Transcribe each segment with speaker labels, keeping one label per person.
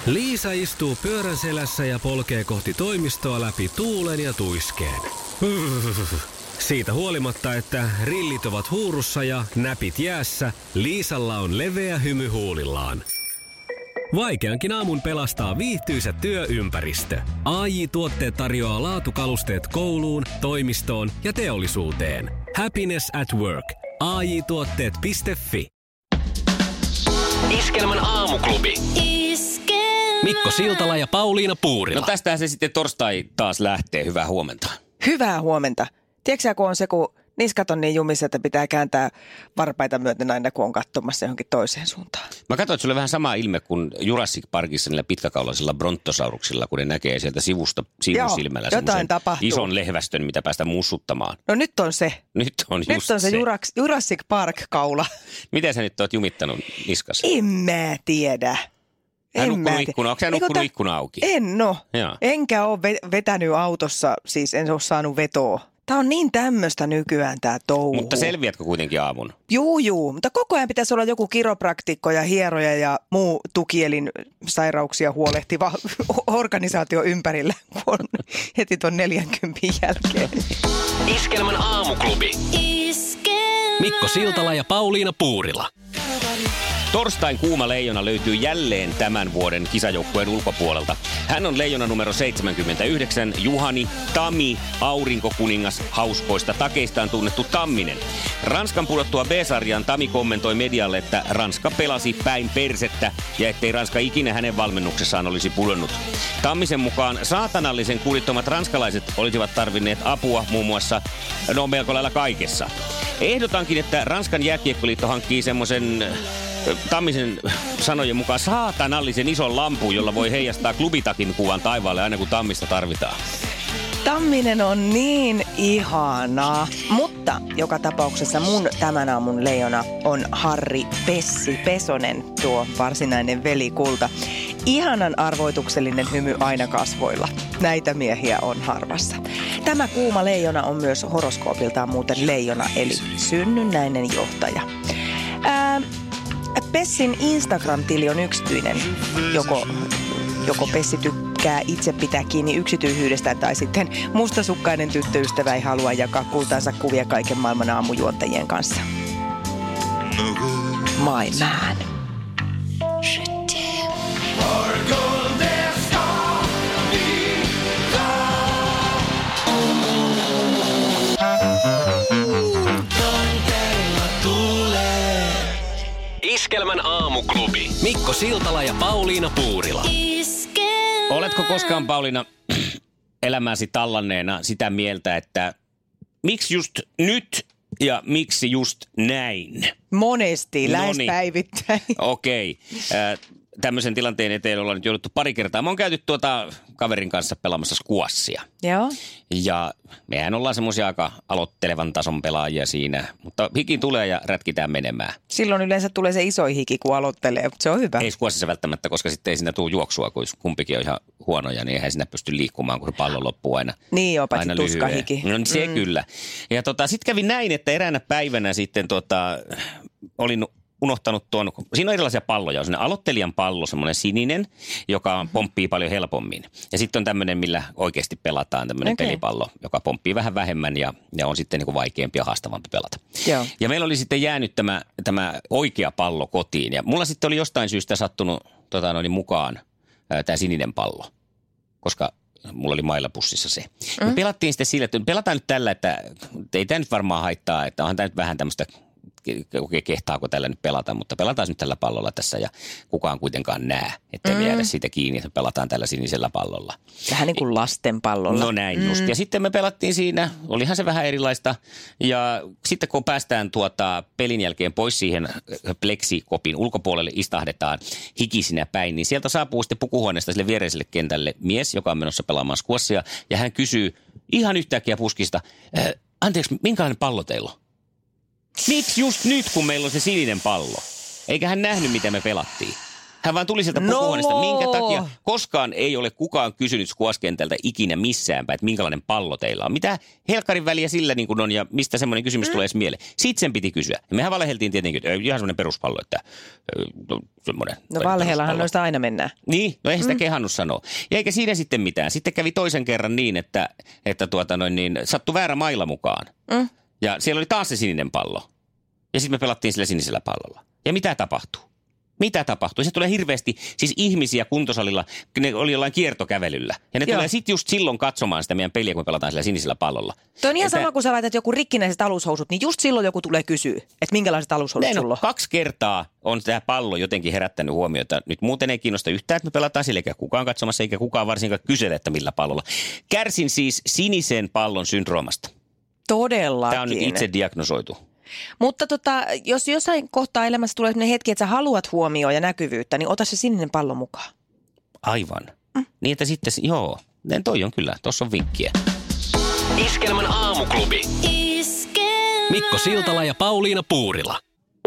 Speaker 1: Liisa istuu pyörän selässä ja polkee kohti toimistoa läpi tuulen ja tuiskeen. Siitä huolimatta, että rillit ovat huurussa ja näpit jäässä, Liisalla on leveä hymy huulillaan. Vaikeankin aamun pelastaa viihtyisä työympäristö. AJ-tuotteet tarjoaa laatukalusteet kouluun, toimistoon ja teollisuuteen. Happiness at work. AJ-tuotteet.fi. Iskelmän aamuklubi. Mikko Siltala ja Pauliina Puurila.
Speaker 2: No tästähän se sitten torstai taas lähtee. Hyvää huomenta.
Speaker 3: Hyvää huomenta. Tiedätkö kun on se, kun niskat on niin jumissa, että pitää kääntää varpaita myöten aina, kun on katsomassa johonkin toiseen suuntaan?
Speaker 2: Mä katsoin, että sulla on vähän sama ilme kuin Jurassic Parkissa niillä pitkäkaulaisilla brontosauruksilla, kun ne näkee sieltä sivusta sivusilmällä semmoisen ison lehvästön, mitä päästä mussuttamaan.
Speaker 3: No nyt on se.
Speaker 2: Nyt on
Speaker 3: se Jurassic Park-kaula.
Speaker 2: Miten sä nyt oot jumittanut niskassa?
Speaker 3: En mä tiedä.
Speaker 2: Onko sä nukkunut ikkuna auki?
Speaker 3: En oo. Enkä ole vetänyt autossa, siis en ole saanut vetoa. Tää on niin tämmöistä nykyään tää touhu.
Speaker 2: Mutta selviätkö kuitenkin aamun?
Speaker 3: Juu, mutta koko ajan pitäisi olla joku kiropraktikko ja hieroja ja muu tukielinsairauksia huolehtiva organisaatio ympärillä, kun on heti ton 40 jälkeen.
Speaker 1: Iskelmän aamuklubi. Mikko Siltala ja Pauliina Puurila.
Speaker 2: Torstain kuuma leijona löytyy jälleen tämän vuoden kisajoukkueen ulkopuolelta. Hän on leijona numero 79, Juhani Tami, aurinkokuningas hauskoista takeistaan tunnettu Tamminen. Ranskan pudottua B-sarjaan Tami kommentoi medialle, että Ranska pelasi päin persettä ja ettei Ranska ikinä hänen valmennuksessaan olisi pudonnut. Tammisen mukaan saatanallisen kurittomat ranskalaiset olisivat tarvinneet apua muun muassa melko lailla kaikessa. Ehdotankin, että Ranskan jääkiekkoliitto hankkii semmoisen Tammisen sanojen mukaan saatanallisen ison lampun, jolla voi heijastaa klubitakin kuvan taivaalle aina kun Tammista tarvitaan.
Speaker 3: Tamminen on niin ihana, mutta joka tapauksessa mun tämän aamun leijona on Harri Pessi Pesonen, tuo varsinainen velikulta. Ihanan arvoituksellinen hymy aina kasvoilla. Näitä miehiä on harvassa. Tämä kuuma leijona on myös horoskoopiltaan muuten leijona, eli synnynnäinen johtaja. Pessin Instagram-tili on yksityinen. Joko Pessi tykkää itse pitää kiinni yksityisyydestä tai sitten mustasukkainen tyttöystävä ei halua jakaa kultaansa kuvia kaiken maailman aamujuontajien kanssa. My man.
Speaker 1: Iskelmän aamuklubi. Mikko Siltala ja Pauliina Puurila.
Speaker 2: Oletko koskaan, Pauliina, elämäsi tallanneena sitä mieltä, että miksi just nyt ja miksi just näin?
Speaker 3: Monesti, lähes päivittäin.
Speaker 2: Okei. Tämmöisen tilanteen eteen ollaan nyt jouduttu pari kertaa. Mä oon käyty kaverin kanssa pelaamassa squashia.
Speaker 3: Joo.
Speaker 2: Ja mehän ollaan semmoisia aika aloittelevan tason pelaajia siinä, mutta hiki tulee ja rätkitään menemään.
Speaker 3: Silloin yleensä tulee se iso hiki, kun aloittelee, mutta se on hyvä.
Speaker 2: Ei squashissa välttämättä, koska sitten ei siinä tule juoksua, kun kumpikin on ihan huonoja, niin eihän siinä pysty liikkumaan, kun pallo loppuu aina.
Speaker 3: Niin joo, paitsi tuskahiki.
Speaker 2: No niin se kyllä. Ja sitten kävi näin, että eräänä päivänä sitten olin unohtanut tuon, siinä on erilaisia palloja. On sellainen aloittelijan pallo, semmoinen sininen, joka pomppii paljon helpommin. Ja sitten on tämmöinen, millä oikeasti pelataan tämmöinen pelipallo, joka pomppii vähän vähemmän ja on sitten niin kuin vaikeampi ja haastavampi pelata.
Speaker 3: Joo.
Speaker 2: Ja meillä oli sitten jäänyt tämä oikea pallo kotiin. Ja mulla sitten oli jostain syystä sattunut mukaan tämä sininen pallo, koska mulla oli mailapussissa se. Me pelattiin sitten sillä, että pelataan nyt tällä, että ei tämä nyt varmaan haittaa, että onhan tämä nyt vähän tämmöistä, kehtaako tällä nyt pelata, mutta pelataan nyt tällä pallolla tässä ja kukaan kuitenkaan näe, että me jäädä siitä kiinni, että pelataan tällä sinisellä pallolla.
Speaker 3: Vähän niin kuin lasten pallolla.
Speaker 2: No näin just. Ja sitten me pelattiin siinä, olihan se vähän erilaista ja sitten kun päästään pelin jälkeen pois siihen pleksikopin ulkopuolelle, istahdetaan hikisinä päin, niin sieltä saapuu sitten pukuhuoneesta sille viereiselle kentälle mies, joka on menossa pelaamaan squashia ja hän kysyy ihan yhtäkkiä puskista, anteeksi, minkälainen pallo teillä on? Miksi just nyt, kun meillä on se sininen pallo? Eikä hän nähnyt, mitä me pelattiin. Hän vaan tuli sieltä pukuhuoneesta. Minkä takia? Koskaan ei ole kukaan kysynyt squash-kentältä ikinä missäänpä, että minkälainen pallo teillä on. Mitä helkkarin väliä sillä niin kuin on ja mistä semmoinen kysymys tulee edes mieleen. Sitten sen piti kysyä. Ja mehän valeheltiin tietenkin, että ihan semmoinen peruspallo, että semmoinen.
Speaker 3: No valheellahan noista aina mennään.
Speaker 2: Niin, no eihän sitä kehannut sanoa. Ja eikä siinä sitten mitään. Sitten kävi toisen kerran niin, että sattui väärä mailla mukaan. Ja siellä oli taas se sininen pallo. Ja sitten me pelattiin sillä sinisellä pallolla. Ja mitä tapahtuu? Mitä tapahtui? Se tulee hirveästi, siis ihmisiä kuntosalilla, ne oli jollain kiertokävelyllä. Ja ne tulee sitten just silloin katsomaan sitä meidän peliä, kun me pelataan sillä sinisellä pallolla.
Speaker 3: Tuo on ihan sama, kun sä laitat joku rikkinäiset alushousut, niin just silloin joku tulee kysyä, että minkälaiset alushousut sulla on.
Speaker 2: 2 kertaa on tämä pallo jotenkin herättänyt huomiota. Nyt muuten ei kiinnosta yhtään, että me pelataan sillä, eikä kukaan katsomassa, eikä kukaan varsinkaan kysele, että millä pallolla. Kärsin siis sinisen pallon syndroomasta.
Speaker 3: Todellakin.
Speaker 2: Tämä on nyt itse diagnosoitu.
Speaker 3: Mutta jos jossain kohtaa elämässä tulee sellainen hetki, että sä haluat huomioon ja näkyvyyttä, niin ota se sininen pallo mukaan.
Speaker 2: Aivan. Niin, että sitten, toi on kyllä, tossa on vinkkiä.
Speaker 1: Iskelmän aamuklubi. Mikko Siltala ja Pauliina Puurila.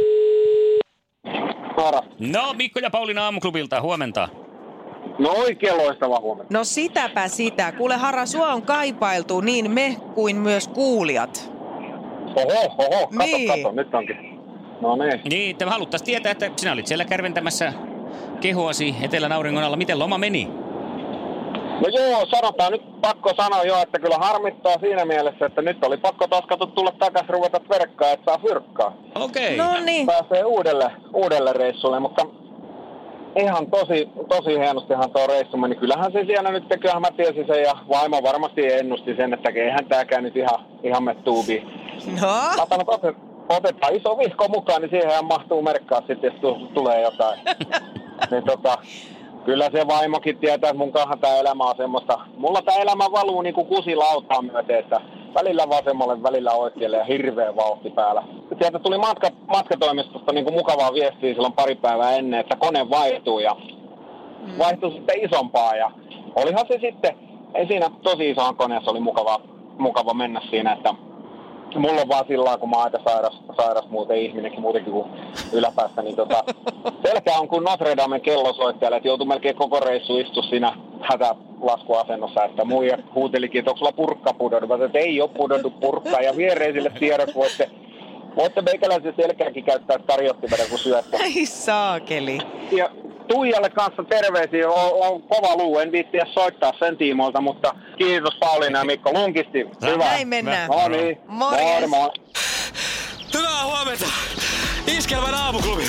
Speaker 2: No, Mikko ja Pauliina aamuklubilta, huomenta.
Speaker 4: No oikein loistava huomenta.
Speaker 3: No sitäpä sitä. Kuule Hara, sua on kaipailtu niin me kuin myös kuulijat.
Speaker 4: Oho, kato, nyt onkin. No niin.
Speaker 2: Niin, että haluttaisiin tietää, että sinä olit siellä kärventämässä kehoasi etelän auringon alla. Miten loma meni?
Speaker 4: No joo, sanotaan nyt pakko sanoa jo, että kyllä harmittaa siinä mielessä, että nyt oli pakko taas tulla takaisin ruveta verkkaa, että saa fyrkkaa.
Speaker 2: Okei.
Speaker 3: No niin.
Speaker 4: Pääsee uudelle reissulle, mutta ihan tosi hienostihan tuo reissu meni. Kyllähän se siellä nyt, kyllähän mä tiesin sen ja vaimo varmasti ennusti sen, että eihän tääkään nyt ihan mene tuubiin.
Speaker 3: No?
Speaker 4: Otetaan iso vihko mukaan, niin siihen mahtuu merkkaa sitten, jos tulee jotain. Niin kyllä se vaimokin tietää, että mun kanssa tää elämä on semmoista. Mulla tää elämä valuu niinku kusilautaa myöten, että välillä vasemmalle, välillä oikealle ja hirveä vauhti päällä. Sieltä tuli matkatoimistosta niinku mukavaa viestiä silloin pari päivää ennen, että kone vaihtuu ja vaihtui sitten isompaa. Ja olihan se sitten, ei siinä tosi isohan koneessa oli mukava mennä siinä, että mulla on vaan sillä kun mä oon aika sairas muuten ihminenkin muutenkin kuin yläpäästä, niin selkä on kuin Notre Damen kellosoittajalle, että joutui melkein koko reissu istua siinä hätälaskuasennossa, että muija huutelikin, että onko sulla purkka pudonnut. Mä sanoin, että ei ole pudonnut purkkaa ja viereisille tiedoksi voitte meikäläisen selkääkin käyttää tarjottimena kun syötte.
Speaker 3: Ai saakeli.
Speaker 4: Ja Tuijalle kanssa terveisiä, on kova luu, en viittiä soittaa sen tiimoilta, mutta kiitos Pauliina ja Mikko, lunkisti, hyvä.
Speaker 3: Näin mennään.
Speaker 4: No niin, moi.
Speaker 1: Hyvää huomenta. Iskelmän aamuklubi.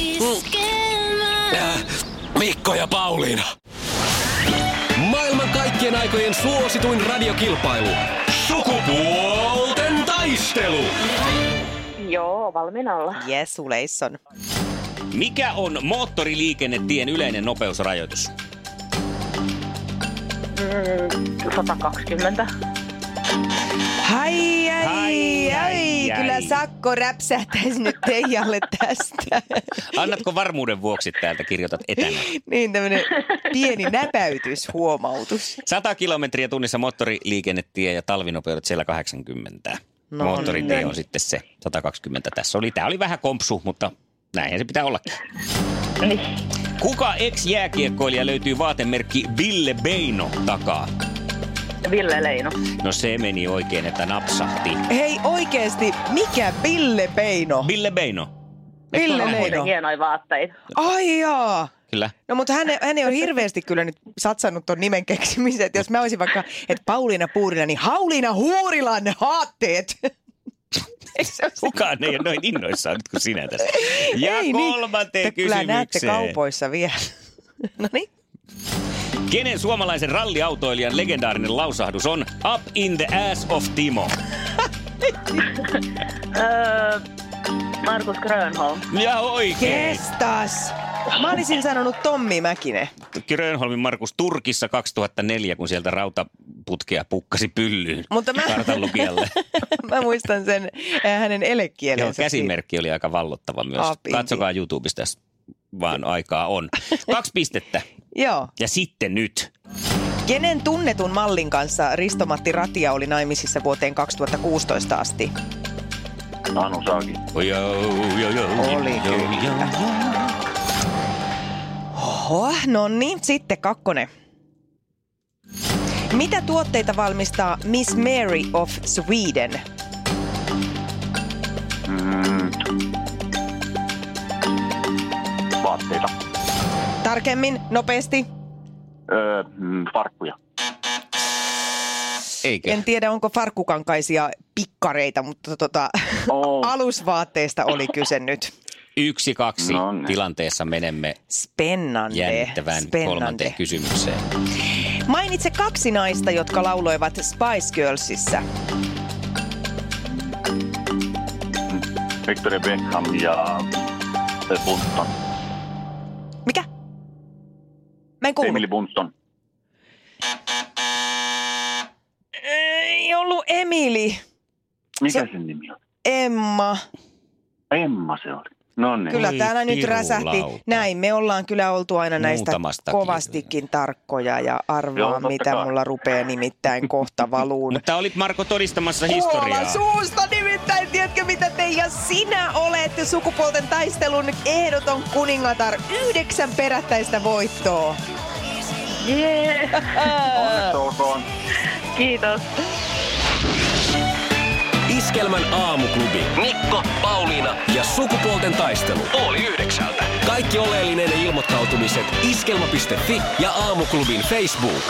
Speaker 1: Mikko ja Pauliina. Maailman kaikkien aikojen suosituin radiokilpailu. Sukupuolten taistelu.
Speaker 5: Joo, valmiina olla.
Speaker 3: Jesu Leisson.
Speaker 2: Mikä on moottoriliikennetien yleinen nopeusrajoitus?
Speaker 5: 120.
Speaker 3: Ai, kyllä sakko räpsähtäisi nyt Teijalle tästä.
Speaker 2: Annatko varmuuden vuoksi täältä kirjoitat etänä?
Speaker 3: Niin, tämmöinen pieni näpäytyshuomautus.
Speaker 2: 100 kilometriä tunnissa moottoriliikennetie ja talvinopeudet siellä 80.
Speaker 3: No,
Speaker 2: moottoritie on sitten se 120 tässä oli. Tämä oli vähän kompsu, mutta näinhän se pitää ollakin.
Speaker 5: Niin.
Speaker 2: Kuka ex-jääkiekkoilija löytyy vaatemerkki Ville Beino takaa?
Speaker 5: Ville Leino.
Speaker 2: No se meni oikein, että napsahti.
Speaker 3: Hei oikeesti, mikä Ville Beino?
Speaker 2: Ville Beino.
Speaker 3: Ville Beino.
Speaker 5: Hienoja vaatteita.
Speaker 3: Ai jaa.
Speaker 2: Kyllä.
Speaker 3: No mutta hän on hirveästi kyllä nyt satsannut ton nimen keksimiseen. Että jos mä olisin vaikka, että Pauliina Puurila, niin Hauliina Huurilan haatteet.
Speaker 2: Kukaan ei ole noin innoissaan nyt kuin sinä tässä. Ja ei, kolmanteen niin. Kysymykseen.
Speaker 3: Kyllä näette kaupoissa vielä. No niin.
Speaker 2: Kenen suomalaisen ralliautoilijan legendaarinen lausahdus on Up in the ass of Timo?
Speaker 5: Markus Grönholm.
Speaker 2: Ja oikein.
Speaker 3: Kestas. Mä olisin sanonut Tommi Mäkinen.
Speaker 2: Grönholmin Markus Turkissa 2004, kun sieltä rautaputkea pukkasi pyllyyn kartanlukijalle.
Speaker 3: Mä muistan sen hänen elekielensä.
Speaker 2: Joo, käsimerkki oli aika vallottava myös. Katsokaa YouTubesta, jos vaan aikaa on. 2 pistettä.
Speaker 3: Joo.
Speaker 2: Ja sitten nyt.
Speaker 3: Kenen tunnetun mallin kanssa Risto-Matti Ratia oli naimisissa vuoteen 2016 asti?
Speaker 4: Anu Saagi.
Speaker 3: Oli kyllä. Oho, no niin, sitten 2. Mitä tuotteita valmistaa Miss Mary of Sweden?
Speaker 6: Vaatteita.
Speaker 3: Tarkemmin, nopeasti.
Speaker 6: Farkkuja.
Speaker 2: Eikö?
Speaker 3: En tiedä, onko farkkukankaisia pikkareita, mutta alusvaatteista oli kyse nyt.
Speaker 2: 1-2
Speaker 6: No niin.
Speaker 2: tilanteessa menemme
Speaker 3: Spännande.
Speaker 2: jännittävään 3. kysymykseen.
Speaker 3: Mainitse 2 naista, jotka lauloivat Spice Girlsissa.
Speaker 6: Victoria Beckham ja Bunton.
Speaker 3: Mikä? Mä en kuullut.
Speaker 6: Emily Bunton.
Speaker 3: Ei ollut Emily.
Speaker 6: Mikä sen nimi on?
Speaker 3: Emma.
Speaker 6: Emma se oli. No niin.
Speaker 3: Kyllä
Speaker 2: Oi,
Speaker 3: täällä nyt räsähti.
Speaker 2: pirulauta.
Speaker 3: Näin, me ollaan kyllä oltu aina näistä
Speaker 2: Muutamastakin.
Speaker 3: kovastikin tarkkoja ja arvaa,
Speaker 6: Joo, totta
Speaker 3: mitä
Speaker 6: kai.
Speaker 3: mulla rupeaa nimittäin kohta valuun.
Speaker 2: Mutta olit Marko todistamassa
Speaker 3: Kuola
Speaker 2: historiaa.
Speaker 3: suusta nimittäin, tiedätkö mitä Teija, sinä olet sukupuolten taistelun ehdoton kuningatar. 9 perättäistä voittoa.
Speaker 5: Jee,
Speaker 6: Onneksi olkoon.
Speaker 5: kiitos.
Speaker 1: Iskelmän aamuklubi. Mikko, Pauliina ja sukupuolten taistelu. 8:30. Kaikki oleellinen ilmoittautumiset iskelma.fi ja aamuklubin Facebook.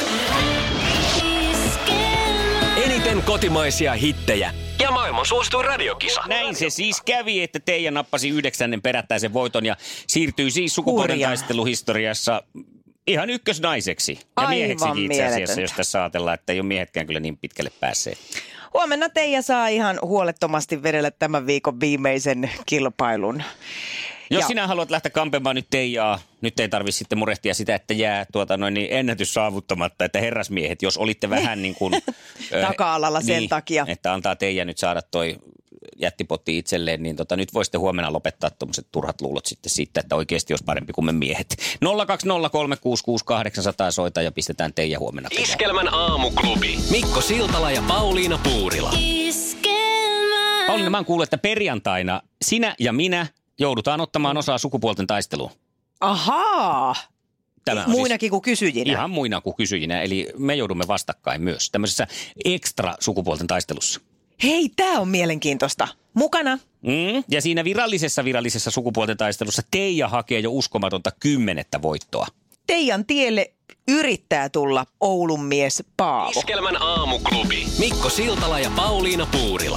Speaker 1: Eniten kotimaisia hittejä ja maailman suosituin radiokisa.
Speaker 2: Näin se siis kävi, että Teija nappasi 9. perättäisen voiton ja siirtyi siis sukupuolten
Speaker 3: Hurjaa.
Speaker 2: taisteluhistoriassa ihan ykkösnaiseksi. Ja
Speaker 3: Aivan
Speaker 2: mieheksikin itse asiassa,
Speaker 3: mieletöntä.
Speaker 2: jos tässä ajatellaan, että ei ole miehetkään kyllä niin pitkälle päässeet.
Speaker 3: Huomenna Teija saa ihan huolettomasti vedellä tämän viikon viimeisen kilpailun.
Speaker 2: Jos
Speaker 3: Ja-
Speaker 2: sinä haluat lähteä kampemaan nyt Teijaa, nyt ei tarvitse sitten murehtia sitä, että jää ennätys saavuttamatta, että herrasmiehet, jos olitte vähän niin kuin...
Speaker 3: Taka-alalla sen takia.
Speaker 2: Että antaa Teija nyt saada toi jättipotti itselleen, niin nyt voisitte huomenna lopettaa tuommoiset turhat luulot sitten siitä, että oikeasti olisi parempi kuin me miehet. 020366800 soita ja pistetään Teija huomenna.
Speaker 1: Iskelmän aamuklubi. Mikko Siltala ja Pauliina Puurila.
Speaker 2: Pauliina, mä oon kuullut, että perjantaina sinä ja minä joudutaan ottamaan osaa sukupuolten taisteluun.
Speaker 3: Ahaa!
Speaker 2: Tämä on
Speaker 3: Muinakin kuin kysyjinä.
Speaker 2: Ihan muina kuin kysyjinä, eli me joudumme vastakkain myös tämmöisessä ekstra sukupuolten taistelussa.
Speaker 3: Hei, tää on mielenkiintoista. Mukana.
Speaker 2: Ja siinä virallisessa sukupuolten taistelussa Teija hakee jo uskomatonta 10. voittoa.
Speaker 3: Teijan tielle yrittää tulla Oulun mies Paavo.
Speaker 1: Iskelmän aamuklubi. Mikko Siltala ja Pauliina Puurila.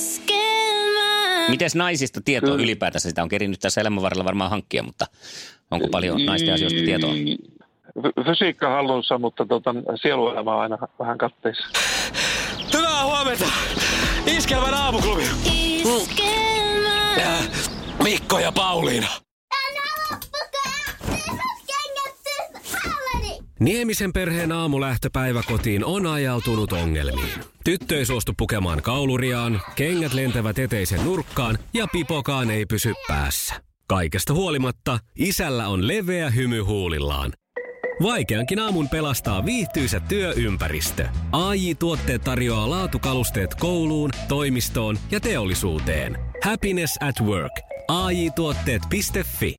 Speaker 2: Mites naisista tietoa ylipäätänsä? Sitä on kerinnyt tässä elämän varrella varmaan hankkia, mutta onko paljon naisten asioista tietoa?
Speaker 7: Fysiikka hallussa, mutta sieluelämä on aina vähän katteissa.
Speaker 1: Hyvää huomenta. Iskelmän aamuklubi. Mikko ja Pauliina. Niemisen perheen aamulähtöpäiväkotiin on ajautunut ongelmiin. Tyttö ei suostu pukemaan kauluriaan, kengät lentävät eteisen nurkkaan ja pipokaan ei pysy päässä. Kaikesta huolimatta isällä on leveä hymy huulillaan. Vaikeankin aamun pelastaa viihtyisä työympäristö. AJ-tuotteet tarjoaa laatukalusteet kouluun, toimistoon ja teollisuuteen. Happiness at work. AJ-tuotteet.fi